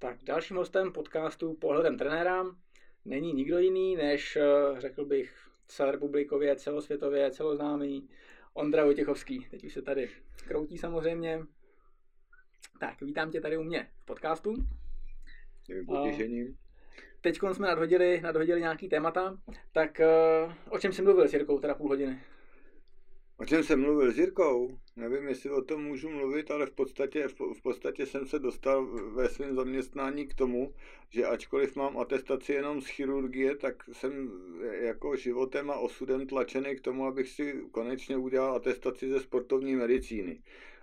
Tak dalším hostem podcastu Pohledem trenéra není nikdo jiný, než, řekl bych, celorepublikově, celosvětově, celoznámý Ondra Vojtěchovský. Teď už se tady kroutí samozřejmě. Tak, vítám tě tady u mě v podcastu. Potěšením. Teď jsme nadhodili nějaký témata, tak o čem jsi mluvil s Jirkou, teda půl hodiny? O čem jsem mluvil s Jirkou? Nevím, jestli o tom můžu mluvit, ale v podstatě jsem se dostal ve svém zaměstnání k tomu, že ačkoliv mám atestaci jenom z chirurgie, tak jsem jako životem a osudem tlačený k tomu, abych si konečně udělal atestaci ze sportovní medicíny.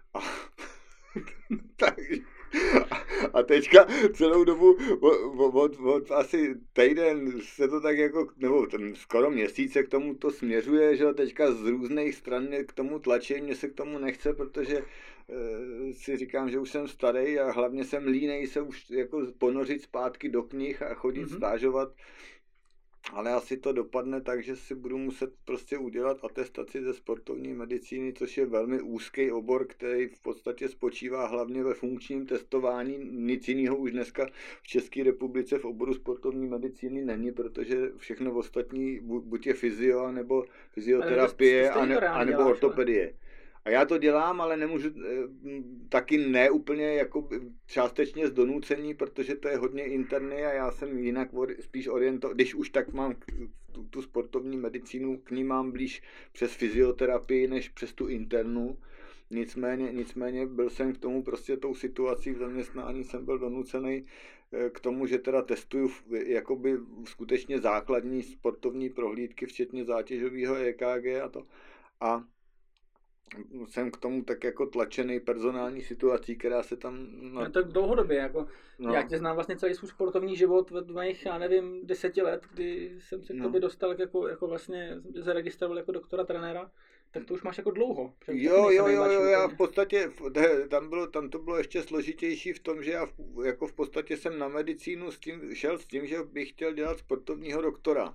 A teďka celou dobu od asi týden se to tak jako, nebo skoro měsíc se k tomu to směřuje, že teďka z různých stran k tomu tlačí, mě se k tomu nechce, protože si říkám, že už jsem starý a hlavně jsem línej se už jako ponořit zpátky do knih a chodit stážovat. Ale asi to dopadne tak, že si budu muset prostě udělat atestaci ze sportovní medicíny, což je velmi úzký obor, který v podstatě spočívá hlavně ve funkčním testování. Nic jiného už dneska v České republice v oboru sportovní medicíny není, protože všechno ostatní buď je fyzio, nebo fyzioterapie, anebo ortopedie. A já to dělám, ale nemůžu, taky ne úplně jako částečně z donucení, protože to je hodně interné a já jsem jinak spíš orientovaný, když už tak mám tu sportovní medicínu, k ní mám blíž přes fyzioterapii, než přes tu internu. Nicméně byl jsem k tomu prostě tou situací v zaměstnání, jsem byl donucený k tomu, že teda testuju jakoby skutečně základní sportovní prohlídky, včetně zátěžového EKG a to. A jsem k tomu tak jako tlačený personální situací, která se tam... No to dlouhodobě, jako já tě znám vlastně celý svůj sportovní život v mých, já nevím, 10 let, kdy jsem se k tobě dostal jako vlastně zaregistroval jako doktora trenéra, tak to už máš jako dlouho. Jo, já v podstatě, tam to bylo ještě složitější v tom, že já jako v podstatě jsem na medicínu šel s tím, že bych chtěl dělat sportovního doktora.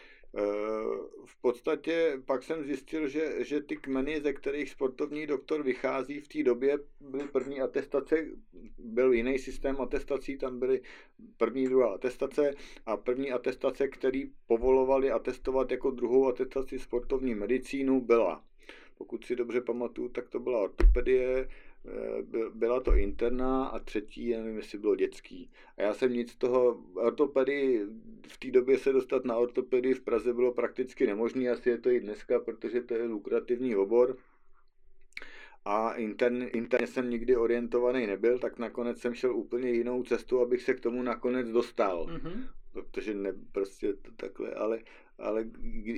V podstatě pak jsem zjistil, že ty kmeny, ze kterých sportovní doktor vychází v té době, byly první atestace, byl jiný systém atestací, tam byly první, druhá atestace a první atestace, který povolovali atestovat jako druhou atestaci sportovní medicínu, byla, pokud si dobře pamatuju, tak to byla ortopedie, byla to interna a třetí, nevím, jestli bylo dětský. A já jsem nic z toho, ortopedii, v té době se dostat na ortopedii v Praze bylo prakticky nemožné, asi je to i dneska, protože to je lukrativní obor. A interně jsem nikdy orientovaný nebyl, tak nakonec jsem šel úplně jinou cestu, abych se k tomu nakonec dostal. Protože prostě to takhle, ale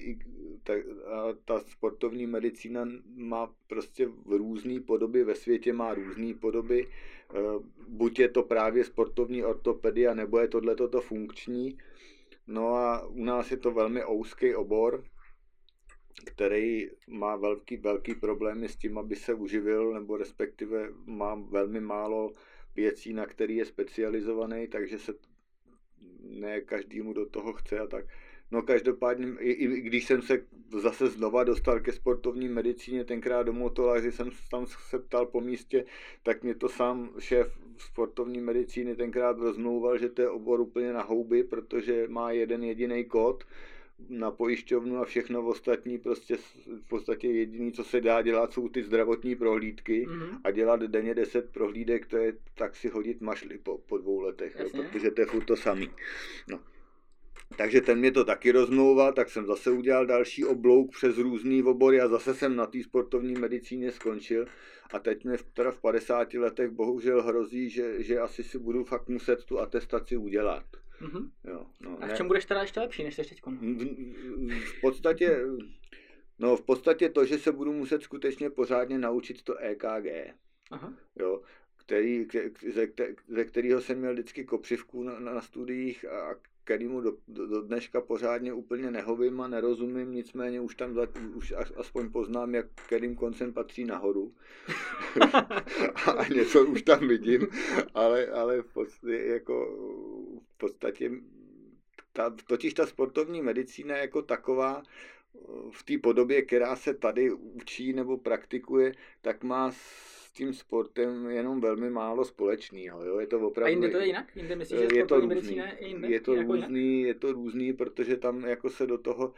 ta sportovní medicína má prostě různé podoby, ve světě má různé podoby, buď je to právě sportovní ortopedie, nebo je tohleto funkční, no a u nás je to velmi úzký obor, který má velký problémy s tím, aby se uživil, nebo respektive má velmi málo věcí, na který je specializovaný, takže se ne každému do toho chce a tak. No každopádně, i když jsem se zase znova dostal ke sportovní medicíně, tenkrát do Motola, že jsem tam se ptal po místě, tak mě to sám šéf sportovní medicíny tenkrát rozmlouval, že to je obor úplně na houby, protože má jeden jediný kód na pojišťovnu a všechno ostatní, prostě v podstatě jediný, co se dá dělat, jsou ty zdravotní prohlídky a dělat denně 10 prohlídek, to je tak si hodit mašli po 2 letech, protože to je furt to samý. No. Takže ten mě to taky rozmlouval, tak jsem zase udělal další oblouk přes různý obory a zase jsem na té sportovní medicíně skončil a teď mě teda v 50 letech bohužel hrozí, že asi si budu fakt muset tu atestaci udělat. Jo, no, a v čem budeš teda ještě lepší, než jsi teďko? V podstatě to, že se budu muset skutečně pořádně naučit to EKG. Jo, ze kterého jsem měl vždycky kopřivku na studiích a kterýmu do dneška pořádně úplně nehovím a nerozumím, nicméně už aspoň poznám, jak kterým koncem patří nahoru. A něco už tam vidím, ale v podstatě totiž ta sportovní medicína jako taková v té podobě, která se tady učí nebo praktikuje, tak má s tím sportem jenom velmi málo společného. Jo? Je to opravdu, a jinde to je jinak? Jinde myslíš, že sportovní medicína je jinde? Je to různý, protože tam jako se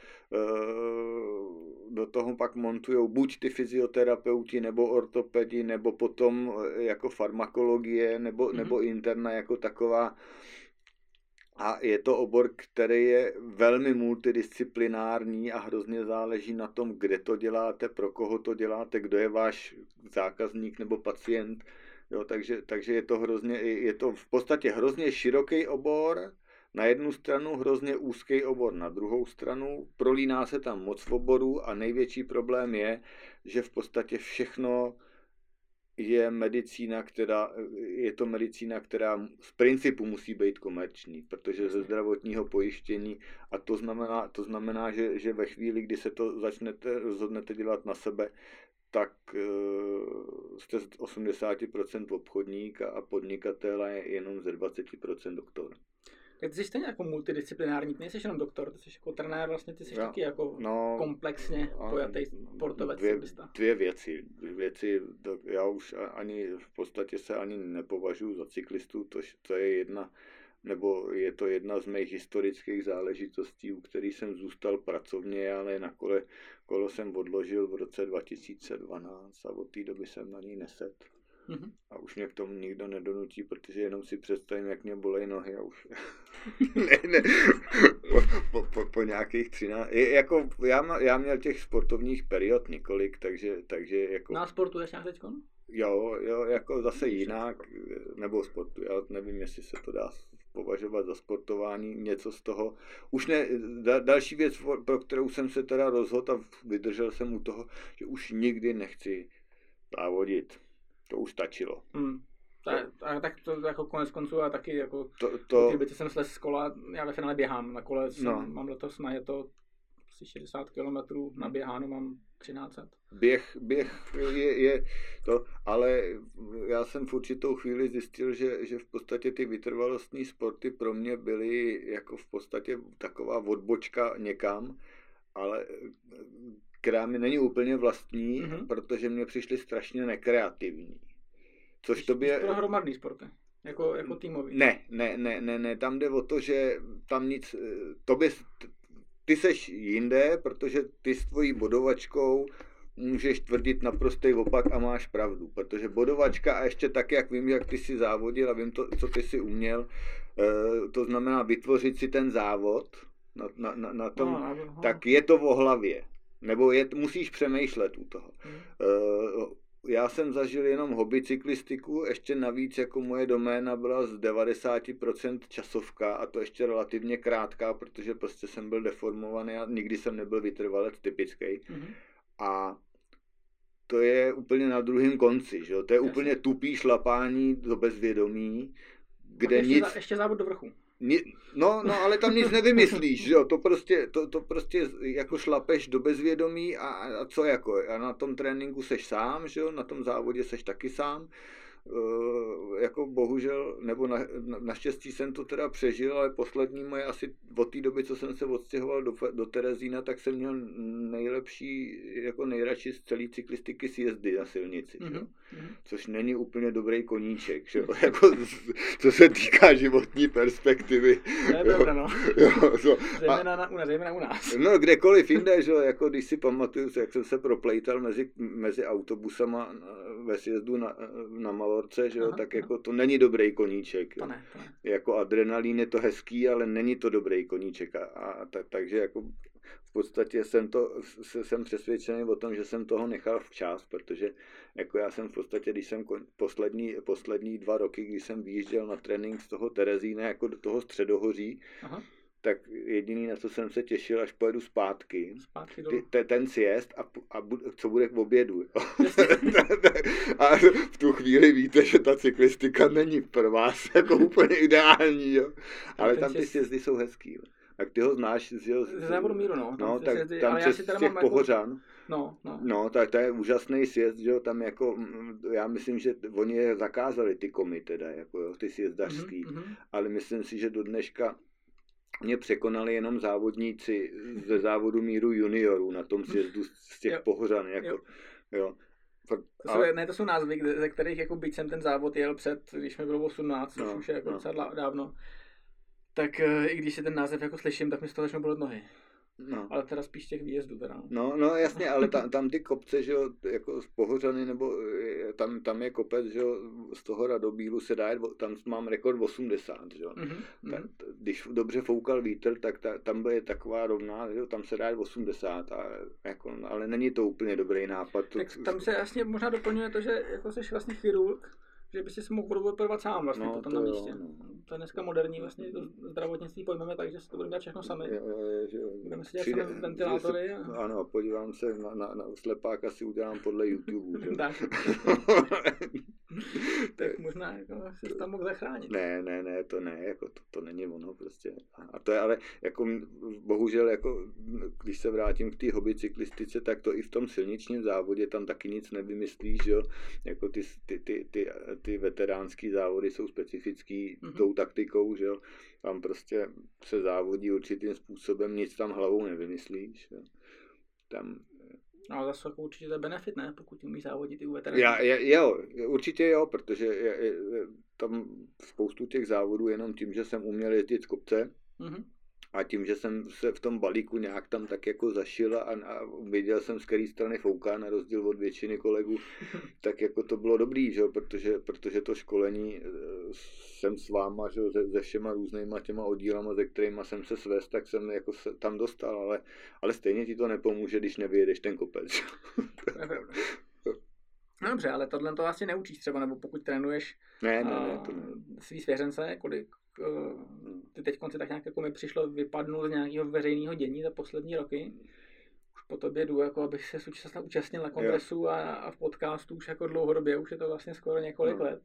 do toho pak montujou buď ty fyzioterapeuti, nebo ortopedi, nebo potom jako farmakologie, nebo interna jako taková. A je to obor, který je velmi multidisciplinární a hrozně záleží na tom, kde to děláte, pro koho to děláte, kdo je váš zákazník nebo pacient. Jo, takže je to v podstatě hrozně široký obor, na jednu stranu hrozně úzký obor na druhou stranu, prolíná se tam moc oborů a největší problém je, že v podstatě všechno je medicína, která z principu musí být komerční, protože ze zdravotního pojištění, a to znamená, že ve chvíli, kdy se to rozhodnete dělat na sebe, tak jste z 80% obchodník a podnikatel je jenom ze 20% doktor. Tak ty jsi stejně jako multidisciplinární, ty nejsi jenom doktor, ty jsi jako trenér, vlastně ty jsi taky jako komplexně pojatý sportovec. Dvě věci. Já už ani v podstatě se ani nepovažuji za cyklistu, to je to jedna z mých historických záležitostí, u kterých jsem zůstal pracovně, ale na kolo jsem odložil v roce 2012 a od té doby jsem na ní nesedl. A už mě k tomu nikdo nedonutí, protože jenom si představím, jak mě bolej nohy a už po nějakých 13. Jako já měl těch sportovních period několik, takže jako... Na sportuješ nějak teďko? Jo, jako zase jinak, nebo sportu, já nevím, jestli se to dá považovat za sportování, něco z toho. Už ne, další věc, pro kterou jsem se teda rozhodl a vydržel jsem u toho, že už nikdy nechci závodit. To už stačilo. Tak to jako konec konců a taky jako kdyby jsem slez z kola, já ve finále běhám na kole, mám letos je to asi 60 km, naběháno mám 1300. Běh je to, ale já jsem v určitou chvíli zjistil, že v podstatě ty vytrvalostní sporty pro mě byly jako v podstatě taková odbočka někam, ale která mi není úplně vlastní, protože mě přišly strašně nekreativní. Což tobě... Pro hromadný sporty, jako týmový. Ne, tam jde o to, že tam nic, ty seš jinde, protože ty s tvojí bodovačkou můžeš tvrdit naprostý opak a máš pravdu, protože bodovačka a ještě tak, jak vím, jak ty jsi závodil a vím to, co ty jsi uměl, to znamená vytvořit si ten závod na tom, tak je to o hlavě. Nebo musíš přemýšlet u toho. Já jsem zažil jenom hobby cyklistiku, ještě navíc jako moje doména byla z 90% časovka a to ještě relativně krátká, protože prostě jsem byl deformovaný a nikdy jsem nebyl vytrvalec typický. A to je úplně na druhém konci, že jo? To je úplně tupý šlapání do bezvědomí, kde ještě závod do vrchu. No, ale tam nic nevymyslíš, že jo, to prostě jako šlapeš do bezvědomí a co jako, a na tom tréninku seš sám, že jo, na tom závodě seš taky sám, jako bohužel, nebo naštěstí jsem to teda přežil, ale poslední moje asi od té doby, co jsem se odstěhoval do Terezína, tak jsem měl nejradši z celé cyklistiky sjezdy na silnici, že? Což není úplně dobrý koníček, že? Jako, co se týká životní perspektivy. To je dobré, no. Zejména u nás. No, kdekoliv jinde, že? Jako když si pamatuju, jak jsem se proplejtal mezi autobusama ve sjezdu na Malorce, že jo, tak jako to není dobrý koníček. Jo. Ne. Jako adrenalín je to hezký, ale není to dobrý koníček. Takže jako v podstatě jsem přesvědčený o tom, že jsem toho nechal včas, protože jako já jsem v podstatě, když jsem poslední 2 roky, když jsem vyjížděl na trénink z toho Terezína jako do toho Středohoří, tak jediný, na co jsem se těšil, až pojedu zpátky ten sjezd a co bude k obědu. A v tu chvíli víte, že ta cyklistika není pro vás jako úplně ideální. Jo. Ale tam ty sjezdy jsou hezký. Jo. Tak ty ho znáš ze závodu míru, no. No, tak tam přes těch Pohořan. No, tak to je úžasný sjezd, že jo, tam jako, já myslím, že oni je zakázali ty komy teda, jako ty sjezdařský, ale myslím si, že do dneška mě překonali jenom závodníci ze závodu míru juniorů na tom sjezdu z těch Pohořan, jako, jo. To jsou názvy, ze kterých jako byť jsem ten závod jel před, když mi bylo 18, což už je jako docela dávno, tak i když si ten název jako slyším, tak mi z toho začnou bolet nohy. No. Ale teda spíš těch výjezdů teda. No jasně, ale tam ty kopce, že jo, jako z Pohořany, nebo tam je kopec, že jo, z toho Radobílu se dá jet, tam mám rekord 80, že jo. Když dobře foukal vítr, tak tam je taková rovná, že jo, tam se dá jet 80, ale není to úplně dobrý nápad. Tak tam se jasně možná doplňuje to, že jako jsi vlastně chirurg, že by si mohl operovat sám vlastně potom na místě. To je dneska moderní vlastně to zdravotnictví pojmeme tak, že si to budeme dělat všechno sami. Budeme si dělat sami ventilátory. Ano, podívám se na slepáka, si udělám podle YouTube. Tak možná jako se tam mohl zachránit. Ne, to ne, jako to není ono prostě. A to je ale jako bohužel jako když se vrátím k té hobby cyklistice, tak to i v tom silničním závodě tam taky nic nevymyslíš, jo. Jako ty veteránský závody jsou specifický tou taktikou, že jo. Tam prostě se závodí určitým způsobem, nic tam hlavou nevymyslíš, jo. Tam ale zase jako určitě to je benefit, ne? Pokud umí závodit i u veteránů. Jo, určitě jo, protože je tam spoustu těch závodů jenom tím, že jsem uměl jezdit z kopce a tím, že jsem se v tom balíku nějak tam tak jako zašil a věděl jsem, z které strany fouká, na rozdíl od většiny kolegů, tak jako to bylo dobrý, že? Protože to školení jsem s váma, že? Se všema různýma těma oddílama, se kterýma jsem se svést, tak jsem jako se tam dostal, ale stejně ti to nepomůže, když nevyjedeš ten kopec. No dobře, ale tohle to vlastně neučíš třeba, nebo pokud trénuješ svý svěřence, kolik ty teď konci tak nějak jako mi přišlo vypadnout z nějakého veřejného dění za poslední roky. Už po tobě jdu, jako abych se účastnil na kongresu a v podcastu už jako dlouhodobě, už je to vlastně skoro několik let.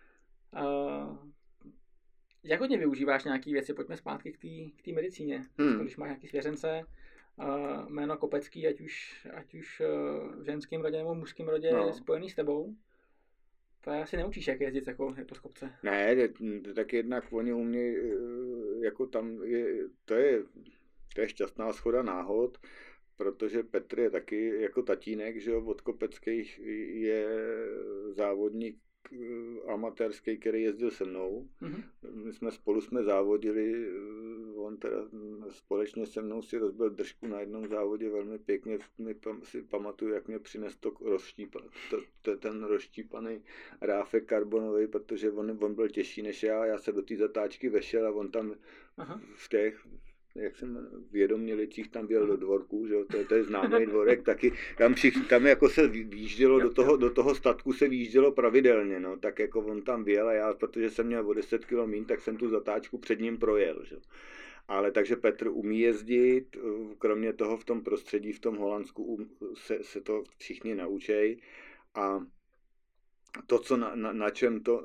Jak hodně využíváš nějaký věci? Pojďme zpátky k té medicíně. Když máš nějaký svěřence, jméno Kopecký, ať už v ženském rodě nebo v mužském rodě spojený s tebou, to asi neučíš, jak jezdit jako z kopce. Ne, tak jednak oni umějí, jako tam to je šťastná shoda náhod, protože Petr je taky jako tatínek, že jo, od Kopeckých je závodník amatérský, který jezdil se mnou. My jsme závodili, on teda společně se mnou si rozbil držku na jednom závodě velmi pěkně, si pamatuju, jak mě přines ten rozštípaný ráfek karbonový, protože on byl těžší než já se do té zatáčky vešel a on tam v těch, jak jsem vědomě licích tam byl do dvorku, že jo, to je známý dvorek, taky tam jako se výjíždělo, do toho statku se výjíždělo pravidelně, no, tak jako on tam byl a já, protože jsem měl o 10 km míň, tak jsem tu zatáčku před ním projel, že jo. Ale takže Petr umí jezdit, kromě toho v tom prostředí, v tom Holandsku se to všichni naučej a to, co na čem to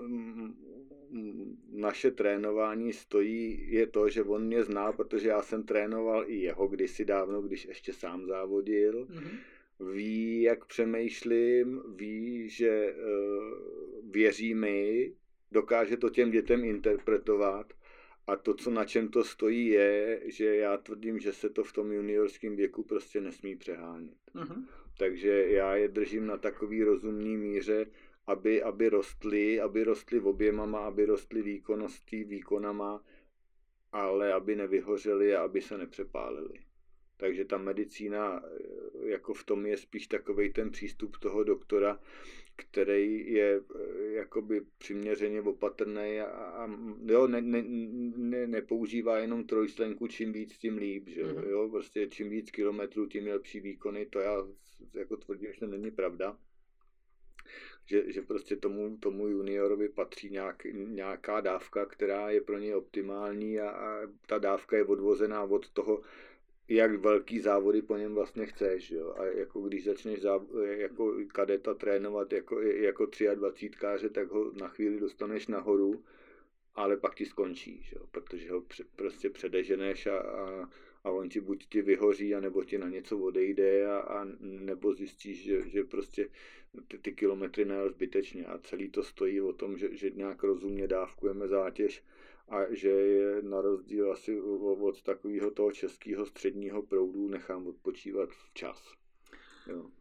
naše trénování stojí, je to, že on mě zná, protože já jsem trénoval i jeho kdysi dávno, když ještě sám závodil. Ví, jak přemýšlím, ví, že věří mi, dokáže to těm dětem interpretovat a to, co na čem to stojí, je, že já tvrdím, že se to v tom juniorském věku prostě nesmí přehánět. Takže já je držím na takový rozumný míře, aby rostly oběmama, aby rostly výkonama, ale aby nevyhořely a aby se nepřepálily. Takže ta medicína jako v tom je spíš takovej ten přístup toho doktora, který je jakoby přiměřeně opatrný a nepoužívá jenom trojslenku, čím víc, tím líp, že jo, prostě čím víc kilometrů, tím lepší výkony, to já jako tvrdím, že to není pravda. Že prostě tomu juniorovi patří nějaká dávka, která je pro něj optimální a ta dávka je odvozená od toho, jak velký závody po něm vlastně chceš, jo. A jako když začneš jako kadeta trénovat jako 23, tak ho na chvíli dostaneš nahoru, ale pak ti skončí, jo, protože ho prostě předeženeš a on buď ti vyhoří, anebo ti na něco odejde a nebo zjistíš, že prostě ty kilometry najel zbytečně a celý to stojí o tom, že nějak rozumně dávkujeme zátěž a že je na rozdíl asi od takového toho českého středního proudu nechám odpočívat včas. Jo.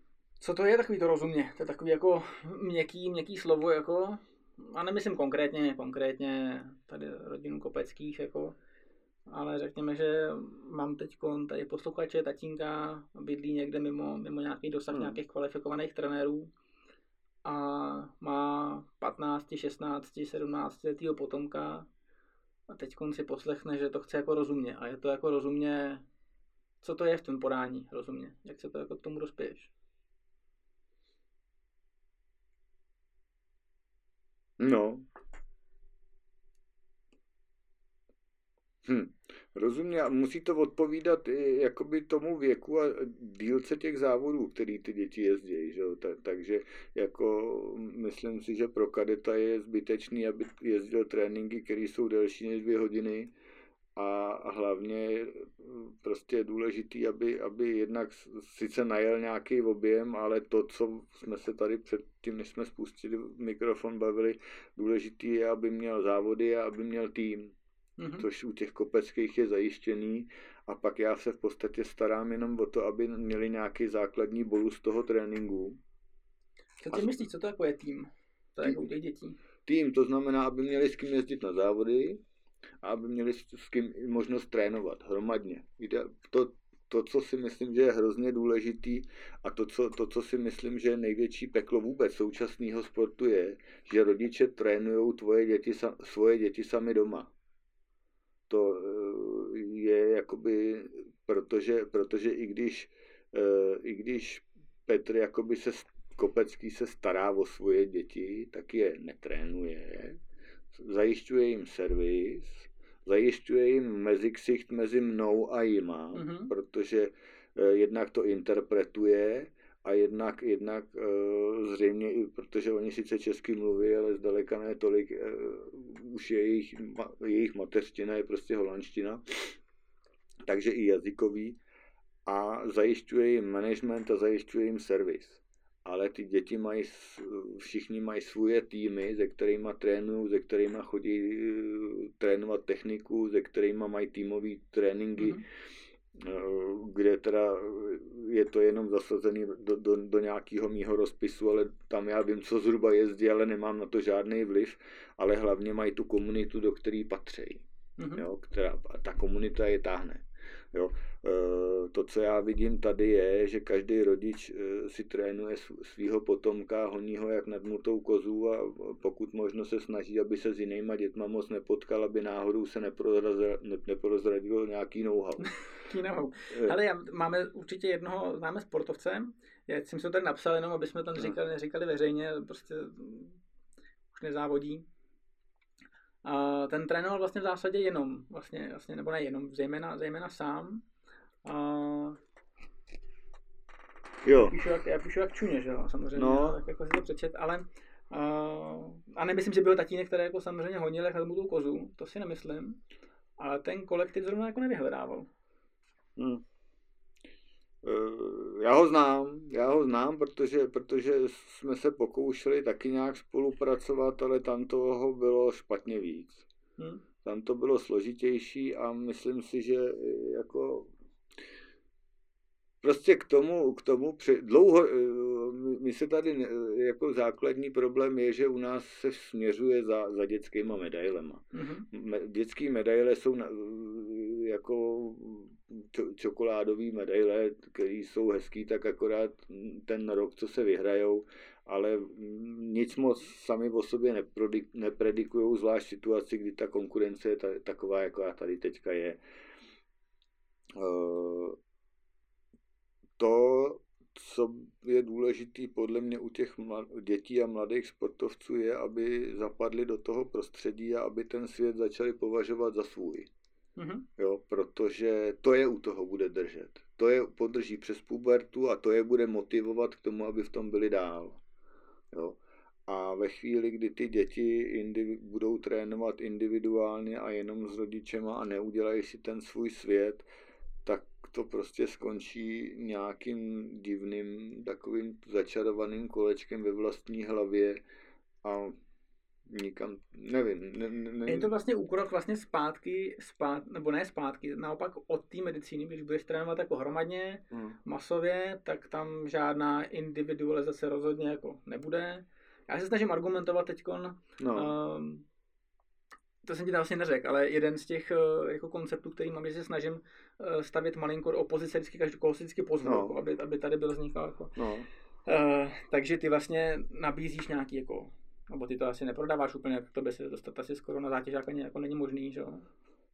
Co to je takový to rozumně? To je takový jako měkký slovo, jako, a nemyslím konkrétně tady rodinu Kopeckých, jako, ale řekněme, že mám teď tady posluchače, tatínka, bydlí někde mimo nějaký dosah nějakých kvalifikovaných trenérů a má 15, 16, 17 letýho potomka a teď si poslechne, že to chce jako rozumně. A je to jako rozumně, co to je v tom podání rozumně? Jak se to jako k tomu dospěješ? No. Rozumně, a musí to odpovídat i jakoby tomu věku a dílce těch závodů, který ty děti jezdí, že jo? Takže jako myslím si, že pro kadeta je zbytečný, aby jezdil tréninky, které jsou delší než 2 hodiny a hlavně prostě je důležitý, aby jednak sice najel nějaký objem, ale to, co jsme se tady předtím, než jsme spustili mikrofon, bavili, důležitý je, aby měl závody a aby měl tým. Což u těch kopeckých je zajištěný a pak já se v podstatě starám jenom o to, aby měli nějaký základní bolus toho tréninku. Co ty myslíš, co to jako je tým? To je jako u těch dětí. Tým, to znamená, aby měli s kým jezdit na závody a aby měli s kým možnost trénovat hromadně. To, co si myslím, že je hrozně důležitý a to, co si myslím, že je největší peklo vůbec současného sportu je, že rodiče trénujou svoje děti sami doma. To je jakoby, protože i když Petr jakoby Kopecký se stará o svoje děti, tak je netrénuje, zajišťuje jim servis, zajišťuje jim meziksicht mezi mnou a jima, protože jednak to interpretuje a jednak zřejmě i protože oni sice česky mluví, ale zdaleka ne tolik, už jejich mateřština je prostě holandština, takže i jazykový a zajišťuje jim management a zajišťuje jim servis. Ale ty děti všichni mají svoje týmy, se kterými trénují, se kterými chodí trénovat techniku, se kterými mají týmové tréninky, kde teda je to jenom zasazený do nějakého mýho rozpisu, ale tam já vím, co zhruba jezdí, ale nemám na to žádný vliv, ale hlavně mají tu komunitu, do které patří. Jo, ta komunita je táhne. Jo. To, co já vidím tady je, že každý rodič si trénuje svého potomka, honí ho jak nadmutou kozu a pokud možno se snaží, aby se s jinýma dětma moc nepotkal, aby náhodou se neprozradilo nějaký know-how. Ale máme určitě jednoho, známe sportovce, já jsem si to tady napsal jenom, aby jsme tam neříkali veřejně, prostě už nezávodí. Ten trénoval vlastně v zásadě jenom, vlastně nebo nejenom, zejména sám. Jo. Já píšu jak čuně, že jo, samozřejmě, no. Tak jako si to přečet, ale a nemyslím, že byl tatínek, který jako samozřejmě honil jak na tu kozu, to si nemyslím, ale ten kolektiv zrovna jako nevyhledával. Já ho znám, protože jsme se pokoušeli taky nějak spolupracovat, ale tam toho bylo špatně víc. Tam to bylo složitější a myslím si, že jako prostě k tomu dlouho, my se tady jako základní problém je, že u nás se směřuje za dětskýma medailema. Dětský medaile jsou jako čokoládový medaile, které jsou hezký, tak akorát ten rok, co se vyhrajou, ale nic moc sami o sobě nepredikujou, zvlášť v situaci, kdy ta konkurence je taková, jaká tady teďka je. To, co je důležitý podle mě u těch dětí a mladých sportovců je, aby zapadli do toho prostředí a aby ten svět začali považovat za svůj. Jo, protože to je u toho bude držet. To je podrží přes pubertu a to je bude motivovat k tomu, aby v tom byli dál. Jo. A ve chvíli, kdy ty děti budou trénovat individuálně a jenom s rodičema a neudělají si ten svůj svět, tak to prostě skončí nějakým divným takovým začarovaným kolečkem ve vlastní hlavě a nikam, nevím. Je to vlastně úkrok vlastně zpátky, nebo ne zpátky, naopak od té medicíny, když budeš trénovat jako hromadně, masově, tak tam žádná individualizace rozhodně jako nebude. Já se snažím argumentovat teďkon, to jsem ti vlastně neřekl, ale jeden z těch jako konceptů, který mám, že se snažím stavět malinko do opozice, koho si vždycky pozvu, jako, aby tady byl vznikal. Jako. Takže ty vlastně nabízíš nějaký, jako, nebo ty to asi neprodáváš úplně, to by se dostat asi skoro na zátěžák ani jako není možný, že jo?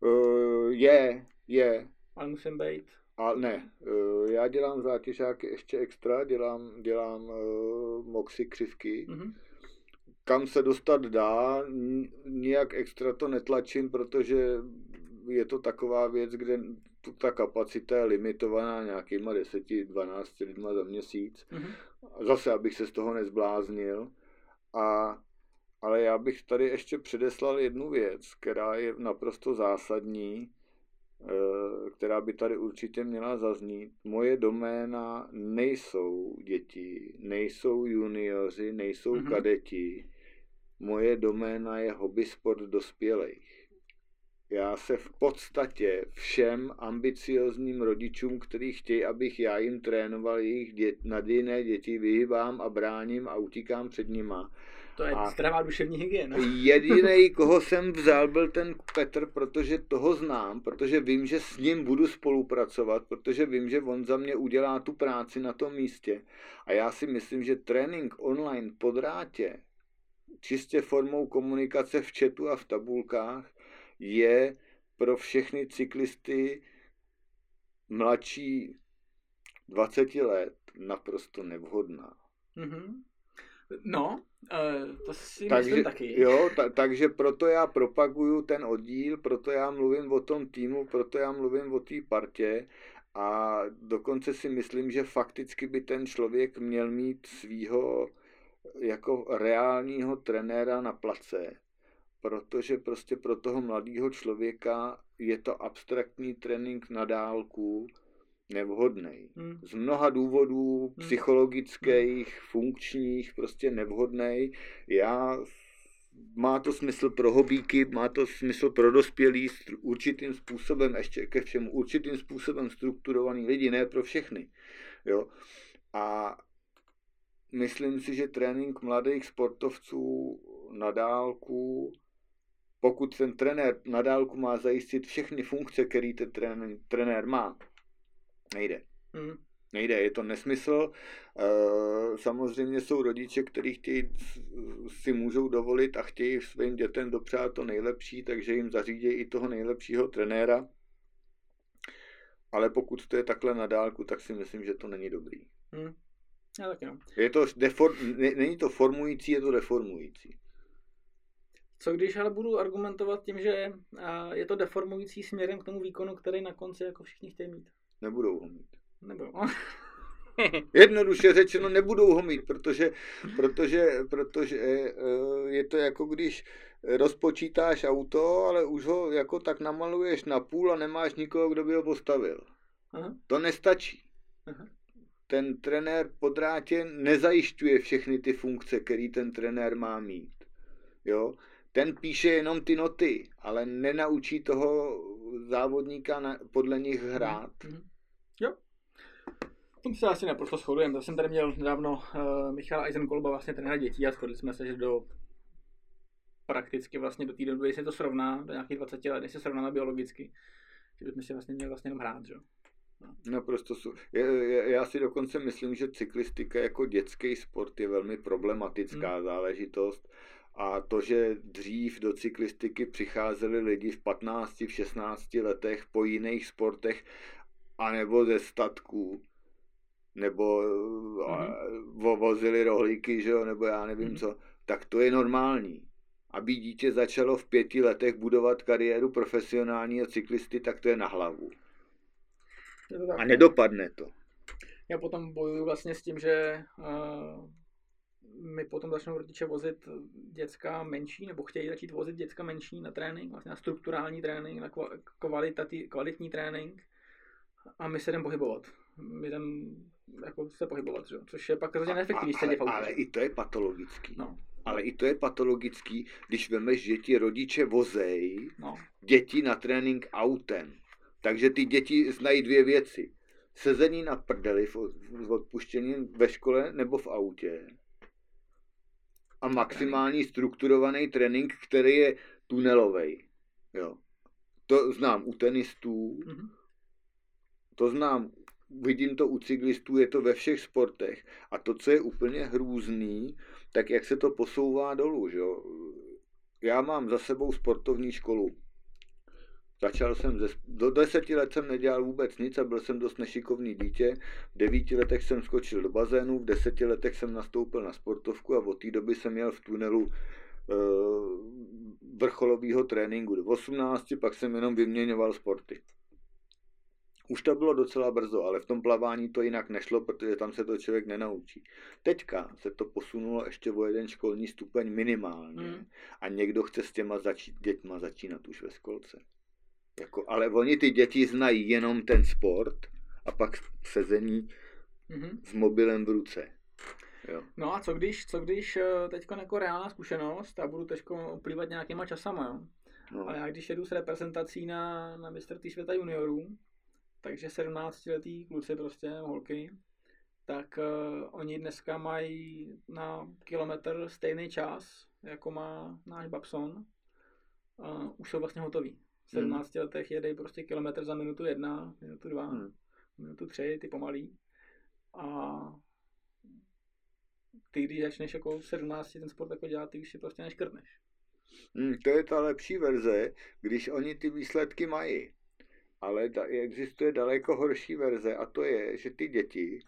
Je. Ale musím být. Ale ne, já dělám zátěžáky ještě extra, dělám moxy křivky. Kam se dostat dá, nijak extra to netlačím, protože je to taková věc, kde ta kapacita je limitovaná nějakýma 10-12 lidma za měsíc. Zase, abych se z toho nezbláznil. Ale já bych tady ještě předeslal jednu věc, která je naprosto zásadní, která by tady určitě měla zaznít. Moje doména nejsou děti, nejsou junioři, nejsou kadeti. Moje doména je hobby sport dospělých. Já se v podstatě všem ambiciozním rodičům, kteří chtějí, abych já jim trénoval jejich nadějné děti, vyhýbám a bráním a utíkám před nima. To je zdravá duševní hygiena. Jedinej, koho jsem vzal, byl ten Petr, protože toho znám, protože vím, že s ním budu spolupracovat, protože vím, že on za mě udělá tu práci na tom místě. A já si myslím, že trénink online po drátě, čistě formou komunikace v chatu a v tabulkách, je pro všechny cyklisty mladší 20 let naprosto nevhodná. No, to si myslím taky. Jo, takže proto já propaguju ten oddíl, proto já mluvím o tom týmu, proto já mluvím o té partě a dokonce si myslím, že fakticky by ten člověk měl mít svýho jako reálního trenéra na place, protože prostě pro toho mladého člověka je to abstraktní trénink na dálku nevhodnej. Z mnoha důvodů psychologických, funkčních, prostě nevhodnej. Má to smysl pro hobíky, má to smysl pro dospělí, určitým způsobem, ještě ke všemu, určitým způsobem strukturovaný lidi, ne pro všechny. Jo? A myslím si, že trénink mladých sportovců na dálku, pokud ten trenér na dálku má zajistit všechny funkce, které ten trenér má, nejde, je to nesmysl. Samozřejmě jsou rodiče, kteří si můžou dovolit a chtějí svým dětem dopřát to nejlepší, takže jim zařídí i toho nejlepšího trenéra. Ale pokud to je takhle na dálku, tak si myslím, že to není dobrý. Já taky, no. Není to formující, je to deformující. Co když ale budu argumentovat tím, že je to deformující směrem k tomu výkonu, který na konci jako všichni chtějí mít? Nebudou ho mít. Nebudou. Jednoduše řečeno, nebudou ho mít, protože je to jako když rozpočítáš auto, ale už ho jako tak namaluješ na půl a nemáš nikoho, kdo by ho postavil. To nestačí. Ten trenér po drátě nezajišťuje všechny ty funkce, které ten trenér má mít. Jo? Ten píše jenom ty noty, ale nenaučí toho závodníka podle nich hrát. Jo. V tom se asi naprosto shodujeme. Já jsem tady měl nedávno Michala Eisenkolba, vlastně trenéra dětí, a shodli jsme se, že prakticky vlastně do té doby, jestli to srovná, do nějakých 20 let, jestli se srovnáme biologicky, že bychom si vlastně měli vlastně jenom hrát, že? Naprosto. Já si dokonce myslím, že cyklistika jako dětský sport je velmi problematická záležitost. A to, že dřív do cyklistiky přicházeli lidi v 15, v 16 letech po jiných sportech, anebo ze statků, nebo vozili rohlíky, že jo, nebo já nevím co, tak to je normální. Aby dítě začalo v 5 letech budovat kariéru profesionálního cyklisty, tak to je na hlavu. A nedopadne to. Já potom bojuju vlastně s tím, že my potom začnou rodiče vozit děcka menší, nebo chtějí začít vozit děcka menší na trénink, vlastně na strukturální trénink, na kvalitní trénink, a my se jdeme pohybovat. My jdeme jako se pohybovat, že? Což je pak hrozně neefektivní. Ale i to je patologický. No. Ale i to je patologický, když vemeš, že ti rodiče vozej děti na trénink autem. Takže ty děti znají dvě věci. Sezení na prdeli v odpuštění ve škole nebo v autě. A maximální strukturovaný trénink, který je tunelovej. Jo. To znám u tenistů, to znám, vidím to u cyklistů, je to ve všech sportech. A to, co je úplně hrůzný, tak jak se to posouvá dolů. Že? Já mám za sebou sportovní školu. Začal jsem, do 10 let jsem nedělal vůbec nic a byl jsem dost nešikovný dítě. V 9 letech jsem skočil do bazénu, v 10 letech jsem nastoupil na sportovku a od té doby jsem měl v tunelu vrcholového tréninku. Do 18 pak jsem jenom vyměňoval sporty. Už to bylo docela brzo, ale v tom plavání to jinak nešlo, protože tam se to člověk nenaučí. Teďka se to posunulo ještě o jeden školní stupeň minimálně a někdo chce s těma dětma začínat už ve školce. Ale oni ty děti znají jenom ten sport a pak sezení s mobilem v ruce. Jo. No a co když teďko jako reálná zkušenost a budu teďko oplývat nějakýma časama, jo? No. Ale já když jedu s reprezentací na mistrovství světa juniorů, takže 17letý kluci prostě, holky, tak oni dneska mají na kilometr stejný čas, jako má náš Babson. Už jsou vlastně hotoví. V 17 letech jedej prostě kilometr za minutu 1, minutu 2, minutu 3, ty pomalý. A ty, když začneš jako v 17 ten sport jako dělat, ty už si prostě neškrtneš. To je ta lepší verze, když oni ty výsledky mají. Ale existuje daleko horší verze a to je, že ty děti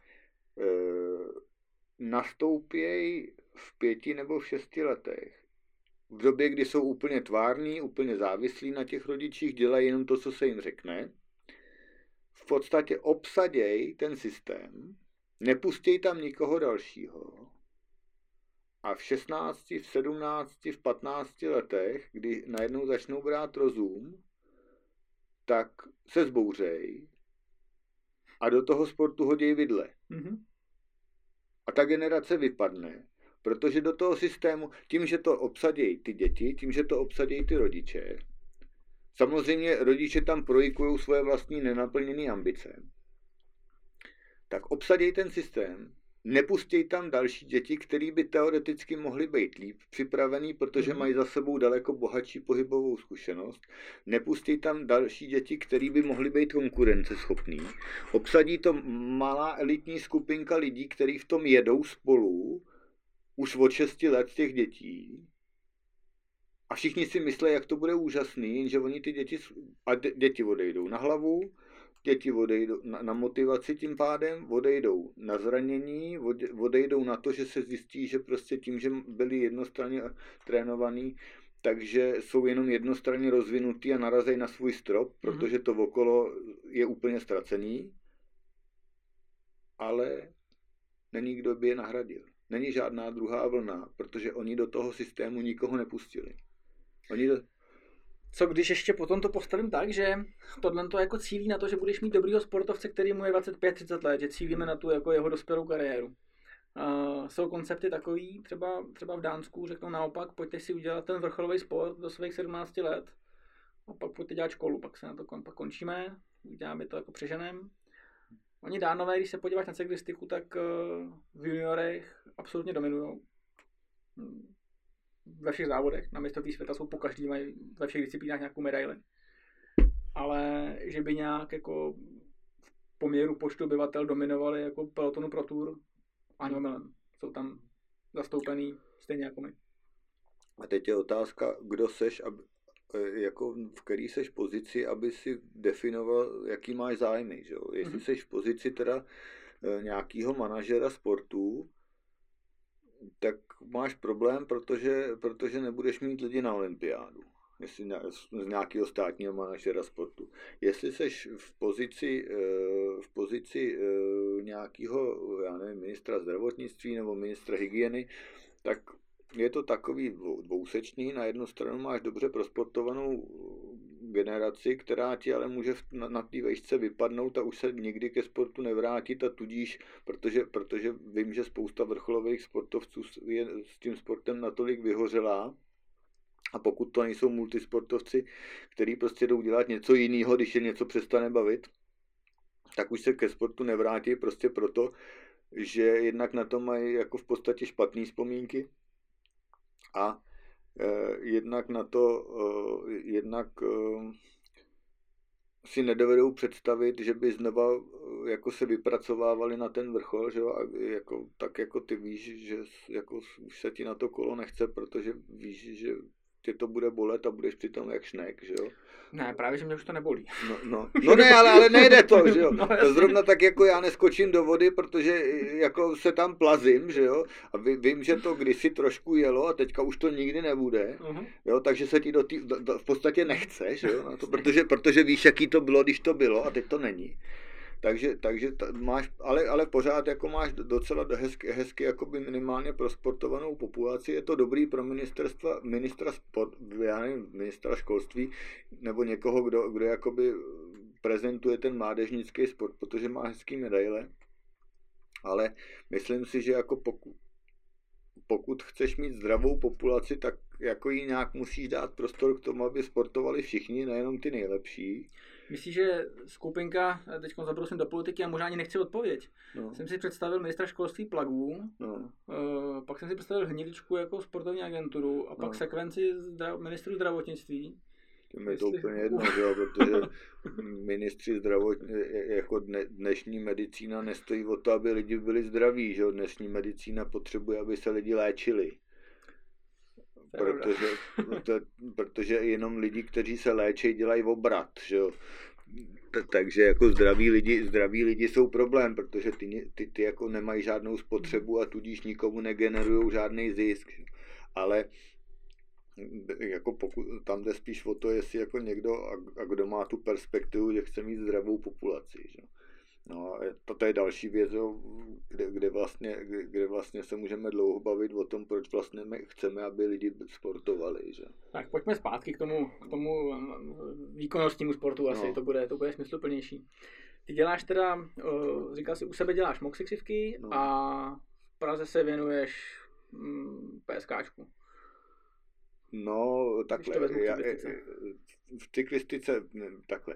nastoupějí v 5 nebo v 6 letech. V době, kdy jsou úplně tvární, úplně závislí na těch rodičích, dělají jenom to, co se jim řekne. V podstatě obsadějí ten systém, nepustějí tam nikoho dalšího. A v 16, v 17, v 15 letech, kdy najednou začnou brát rozum, tak se zbouřejí a do toho sportu hodí vidle. A ta generace vypadne, protože do toho systému, tím, že to obsadějí ty děti, tím, že to obsadějí ty rodiče, samozřejmě rodiče tam projikují svoje vlastní nenaplněné ambice, tak obsadějí ten systém, nepustějí tam další děti, které by teoreticky mohly být líp připravený, protože mají za sebou daleko bohatší pohybovou zkušenost. Nepustějí tam další děti, které by mohly být konkurenceschopný. Obsadí to malá elitní skupinka lidí, kteří v tom jedou spolu už od 6 let těch dětí. A všichni si myslí, jak to bude úžasný, jenže oni ty děti odejdou na hlavu, děti odejdou na motivaci tím pádem, odejdou na zranění, odejdou na to, že se zjistí, že prostě tím, že byli jednostranně trénovaný, takže jsou jenom jednostranně rozvinutý a narazí na svůj strop, protože to okolo je úplně ztracený, ale není kdo by je nahradil. Není žádná druhá vlna, protože oni do toho systému nikoho nepustili. Co když ještě potom to postavím tak, že tohle to jako cílí na to, že budeš mít dobrýho sportovce, který mu je 25-30 let, že cílíme na tu jako jeho dospělou kariéru. Jsou koncepty takový, třeba v Dánsku řeknou naopak, pojďte si udělat ten vrcholový sport do svých 17 let a pak pojďte dělat školu, pak se na to pak končíme, uděláme to jako přeženem. Oni Dánové, když se podíváš na cyklistiku, tak v juniorech absolutně dominujou. Ve všech závodech, na mistrovství světa jsou pokaždý, mají ve všech disciplínách nějakou medaili. Ale že by nějak jako v poměru počtu obyvatel dominovali jako pelotonu pro Tour, ani omylem. Jsou tam zastoupený stejně jako my. A teď je otázka, kdo seš, jako v který seš pozici, aby si definoval, jaký máš zájmy. Že jo? Jestli seš v pozici teda nějakého manažera sportu, tak máš problém, protože nebudeš mít lidi na olympiádu. Jestli z nějakého státního manažera sportu. Jestli seš v pozici nějakého, já nevím, ministra zdravotnictví nebo ministra hygieny, tak je to takový dvousečný. Na jednu stranu máš dobře prosportovanou generaci, která ti ale může na té vejšce vypadnout a už se nikdy ke sportu nevrátit a tudíž, protože vím, že spousta vrcholových sportovců je s tím sportem natolik vyhořelá, a pokud to nejsou multisportovci, kteří prostě jdou dělat něco jiného, když je něco přestane bavit, tak už se ke sportu nevrátí prostě proto, že jednak na to mají jako v podstatě špatné vzpomínky a jednak na to, si nedovedou představit, že by znova jako se vypracovávali na ten vrchol, že jo, a jako, tak jako ty víš, že jako už se ti na to kolo nechce, protože víš, že tě to bude bolet a budeš přitom jak šnek, že jo. Ne, právě, že mě už to nebolí. No ne, ale nejde to, že jo. No, zrovna tak jako já neskočím do vody, protože jako se tam plazím, že jo. A vím, že to kdysi trošku jelo a teďka už to nikdy nebude, jo, takže se ti v podstatě nechce, že jo, na to, protože víš, jaký to bylo, když to bylo a teď to není. Takže máš, ale pořád jako máš docela hezky jakoby minimálně prosportovanou populaci. Je to dobrý pro ministra školství nebo někoho, kdo jakoby prezentuje ten mládežnický sport, protože má hezký medaile. Ale myslím si, že jako pokud chceš mít zdravou populaci, tak jako jí nějak musíš dát prostor k tomu, aby sportovali všichni, nejenom ty nejlepší. Myslíš, že skupinka, teď zabrousím do politiky a možná ani nechci odpověď. No. Jsem si představil ministra školství Plagu, pak jsem si představil Hniličku jako sportovní agenturu a pak sekvenci ministru zdravotnictví. Tím je to úplně jedno, že jo, protože ministři jako dnešní medicína nestojí o to, aby lidi byli zdraví, že jo, dnešní medicína potřebuje, aby se lidi léčili. Protože jenom lidi, kteří se léčí, dělají obrat, že jo. Takže jako zdraví lidi jsou problém, protože ty jako nemají žádnou spotřebu a tudíž nikomu negenerujou žádný zisk. Ale jako pokud tam jde spíš o to, jestli jako někdo a kdo má tu perspektivu, že chce mít zdravou populaci, že? No a to je další věc, kde vlastně se můžeme dlouho bavit o tom, proč vlastně chceme, aby lidi sportovali, že? Tak pojďme zpátky k tomu výkonnostnímu sportu asi, to bude smysluplnější. Ty děláš teda, říkal jsi, u sebe děláš moxixivky a v Praze se věnuješ PSKčku. No, takhle. V cyklistice, takhle.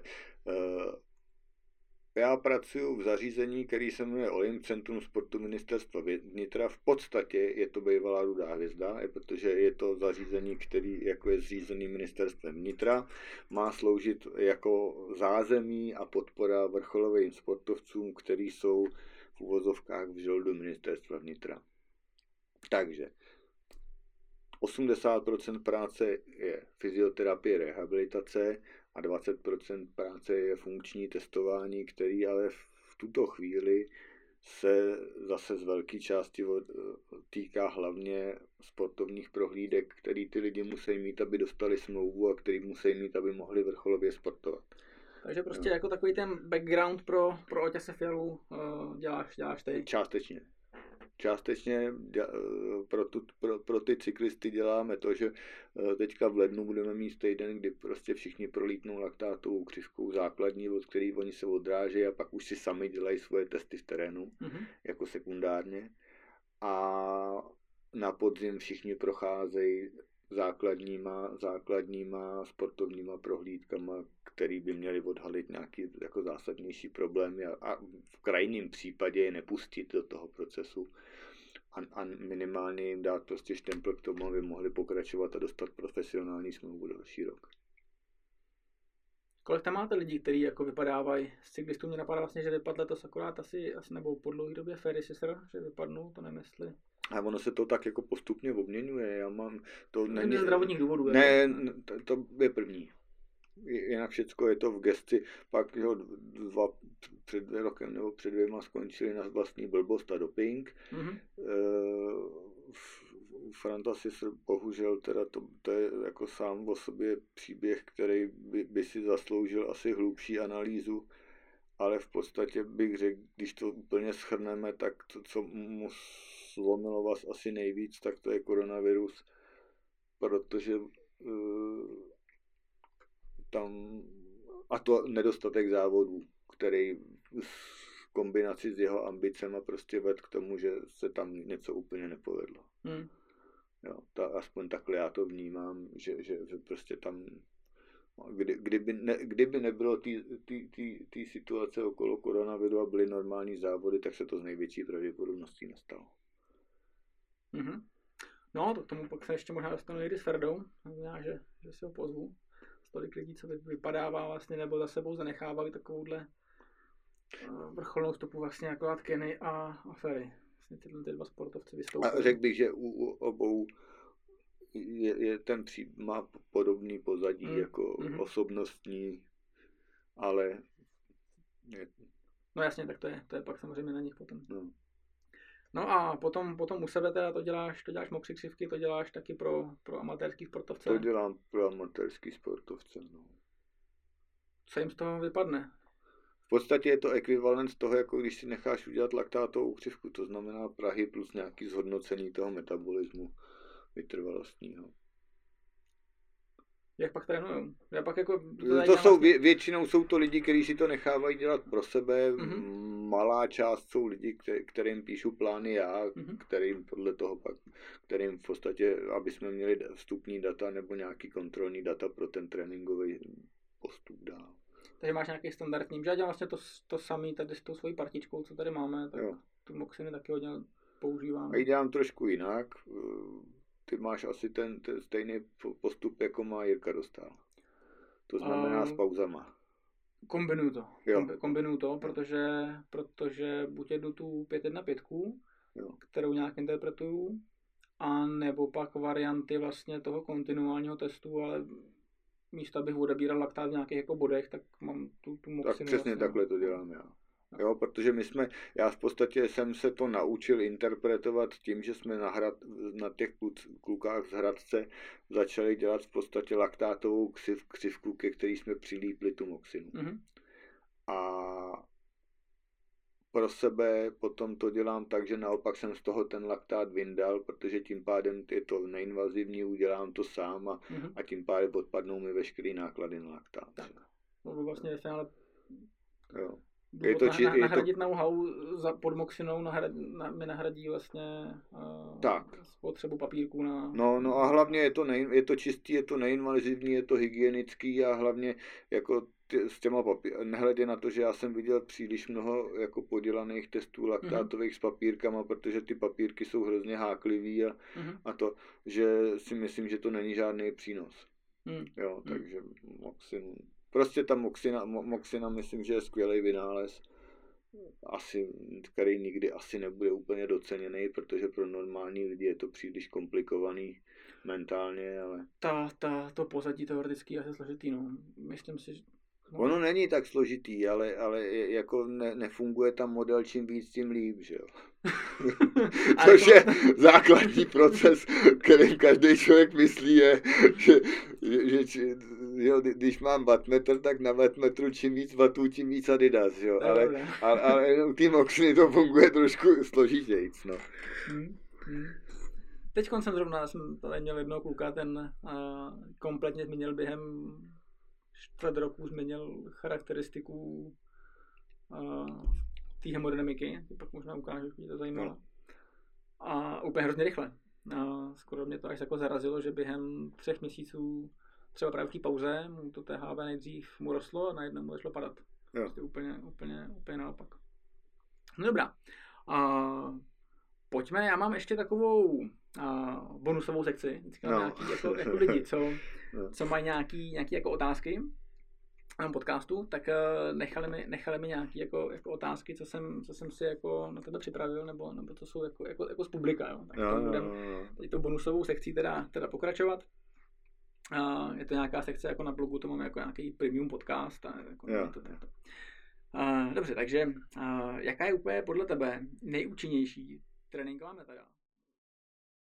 Já pracuji v zařízení, který se jmenuje Olymp, Centrum sportu ministerstva vnitra. V podstatě je to bývalá Rudá hvězda, protože je to zařízení, který jako je zřízený ministerstvem vnitra. Má sloužit jako zázemí a podpora vrcholovým sportovcům, který jsou v uvozovkách v žoldu ministerstva vnitra. Takže 80% práce je fyzioterapie, rehabilitace a 20% práce je funkční testování, který ale v tuto chvíli se zase z velké části týká hlavně sportovních prohlídek, který ty lidi musí mít, aby dostali smlouvu a který musí mít, aby mohli vrcholově sportovat. Takže prostě jako takový ten background pro Otěse Fialu děláš teď? Částečně pro ty cyklisty děláme to, že teďka v lednu budeme mít týden, kdy prostě všichni prolítnou laktátovou křivkou základní, od který oni se odrážejí a pak už si sami dělají svoje testy v terénu, jako sekundárně. A na podzim všichni procházejí základníma sportovníma prohlídkama, který by měli odhalit nějaký jako zásadnější problémy a v krajním případě je nepustit do toho procesu a minimálně jim dát prostě štempl k tomu, aby mohli pokračovat a dostat profesionální smlouvu další rok. Kolik tam máte lidí, kteří jako vypadávají z cyklistů? Mě napadá vlastně, že vypadl letos akorát asi nebo po dlouhé době Ferry Sister, že vypadnou, to nevím jestli. A ono se to tak jako postupně obměňuje. Já mám to není zdravotních důvodů. Ne, to je první. Jinak všecko je to v gesci. Pak před 2 rokem nebo před 2 skončili na vlastní blbost a doping. Franta Sister bohužel teda to je jako sám o sobě příběh, který by si zasloužil asi hlubší analýzu, ale v podstatě bych řekl, když to úplně shrneme, tak to, co mu zlomilo vás asi nejvíc, tak to je koronavirus, protože tam, a to nedostatek závodů, který v kombinaci s jeho ambicema prostě vedl k tomu, že se tam něco úplně nepovedlo. Jo, aspoň takhle já to vnímám, že prostě tam, kdyby nebylo té situace okolo koronaviru a byly normální závody, tak se to z největší pravděpodobností nestalo. Mm-hmm. No, to k tomu pak se ještě možná dostanu někdy s Ferdou, že si ho pozvu. Tolik lidí, co vypadává vlastně, nebo za sebou zanechávali takovouhle vrcholnou stopu vlastně jako Kenny a Ferry. Vlastně ty dva sportovci vystoupili. A řekl bych, že u obou je ten má podobný pozadí jako osobnostní, ale... No jasně, tak to je pak samozřejmě na nich potom. No a potom u sebe teda to děláš moxy křivky, to děláš taky pro amatérský sportovce? To dělám pro amatérský sportovce, no. Co jim z toho vypadne? V podstatě je to ekvivalent toho, jako když si necháš udělat laktátovou křivku, to znamená prahy plus nějaký zhodnocení toho metabolismu vytrvalostního. Jak pak trénujou? Já pak jako... Většinou jsou to lidi, kteří si to nechávají dělat pro sebe. Malá část jsou lidi, kterým píšu plány já, kterým podle toho pak, kterým v podstatě, aby jsme měli vstupní data nebo nějaký kontrolní data pro ten tréninkový postup dál. Takže máš nějaký standardní, že já dělám vlastně to samý tady s tou svojí partičkou, co tady máme, tak tu moxiny taky hodně používám. A ji dělám trošku jinak. Ty máš asi ten stejný postup, jako má Jirka Dostál. To znamená s pauzama. Kombinuju to, protože buď jedu tu 5-1-5, kterou nějak interpretuju, a nebo pak varianty vlastně toho kontinuálního testu, ale místo abych odebíral laktát v nějakých jako bodech, tak mám tu moxinu. Tak přesně vlastně, takhle to dělám já. Jo, protože já v podstatě jsem se to naučil interpretovat tím, že jsme na těch klukách z Hradce začali dělat v podstatě laktátovou křivku, ke který jsme přilípli tu moxinu. A pro sebe potom to dělám tak, že naopak jsem z toho ten laktát vyndal, protože tím pádem je to neinvazivní, udělám to sám a tím pádem odpadnou mi veškerý náklady na laktát. Tak. No vlastně ve finále nahradit know-how pod moxinou mi nahradí vlastně spotřebu papírků na... No a hlavně je to čistý, je to neinvazivní, je to hygienický a hlavně jako s těma nehledě na to, že já jsem viděl příliš mnoho jako podělaných testů laktátových s papírkama, protože ty papírky jsou hrozně háklivý a to, že si myslím, že to není žádný přínos. Jo, takže moxinu. Prostě ta moxina myslím, že je skvělý vynález, který nikdy asi nebude úplně doceněný, protože pro normální lidi je to příliš komplikovaný mentálně, ale... To pozadí teoreticky je asi složitý, no. Myslím si, že... Ono není tak složitý, ale jako nefunguje tam model čím víc, tím líp, že jo. Což je základní proces, kterým každý člověk myslí, je, že když mám wattmetr, tak na wattmetru čím víc wattů, tím víc Adidas, jo. Ale u té moxiny to funguje trošku složitějc, no. Teď jsem tady měl jednoho kluka, ten kompletně změnil během 4 roku charakteristiku té hemodynamiky, to pak možná ukážu, když mě to zajímalo. A úplně hrozně rychle. Skoro mě to až jako zarazilo, že během 3 měsíců třeba právě v té pauze mu to THV nejdřív mu rostlo a najednou mu začalo padat. Prostě úplně naopak. No dobrá. Pojďme, já mám ještě takovou bonusovou sekci. Nějaký jako lidi, co mají nějaký jako otázky na podcastu, tak nechali mi nějaký jako otázky, co jsem si jako na tebe připravil, nebo co jsou jako z publika. Jo. Tak to budeme teď to bonusovou sekcí teda pokračovat. Je to nějaká sekce jako na blogu, to máme jako nějaký premium podcast. Dobře, takže jaká je úplně podle tebe nejúčinnější tréninková metoda